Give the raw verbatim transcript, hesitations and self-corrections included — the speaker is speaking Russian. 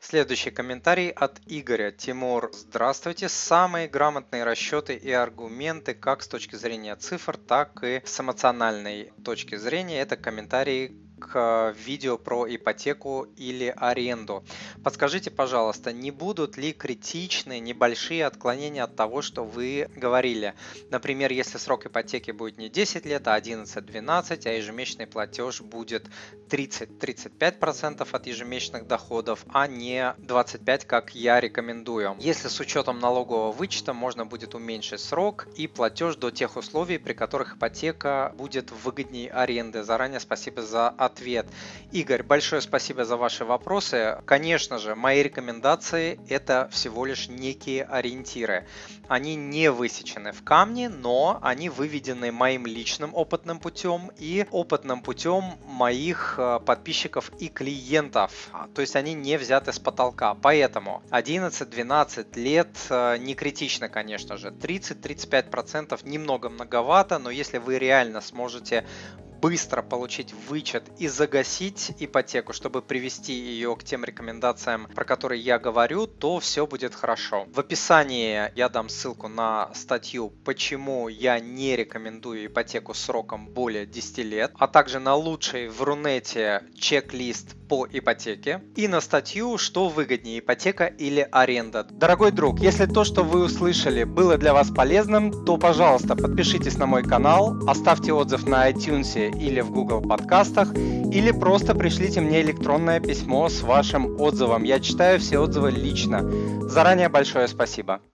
Следующий комментарий от Игоря. Тимур, здравствуйте. Самые грамотные расчеты и аргументы как с точки зрения цифр, так и с эмоциональной точки зрения. Это комментарий к видео про ипотеку или аренду. Подскажите, пожалуйста, не будут ли критичны небольшие отклонения от того, что вы говорили? Например, если срок ипотеки будет не десять лет, а одиннадцать-двенадцать, а ежемесячный платеж будет тридцать-тридцать пять процентов от ежемесячных доходов, а не двадцать пять процентов, как я рекомендую. Если с учетом налогового вычета можно будет уменьшить срок и платеж до тех условий, при которых ипотека будет выгоднее аренды. Заранее спасибо за ответ. Игорь, большое спасибо за ваши вопросы. Конечно же, мои рекомендации – это всего лишь некие ориентиры. Они не высечены в камне, но они выведены моим личным опытным путем и опытным путем моих подписчиков и клиентов. То есть они не взяты с потолка. Поэтому одиннадцать-двенадцать лет не критично, конечно же. тридцать-тридцать пять процентов немного многовато, но если вы реально сможете быстро получить вычет и загасить ипотеку, чтобы привести ее к тем рекомендациям, про которые я говорю, то все будет хорошо. В описании я дам ссылку на статью, почему я не рекомендую ипотеку с сроком более десяти лет, а также на лучший в Рунете чек-лист по ипотеке и на статью, что выгоднее, ипотека или аренда. Дорогой друг, если то, что вы услышали, было для вас полезным, то, пожалуйста, подпишитесь на мой канал, оставьте отзыв на iTunes или в Google подкастах, или просто пришлите мне электронное письмо с вашим отзывом. Я читаю все отзывы лично. Заранее большое спасибо.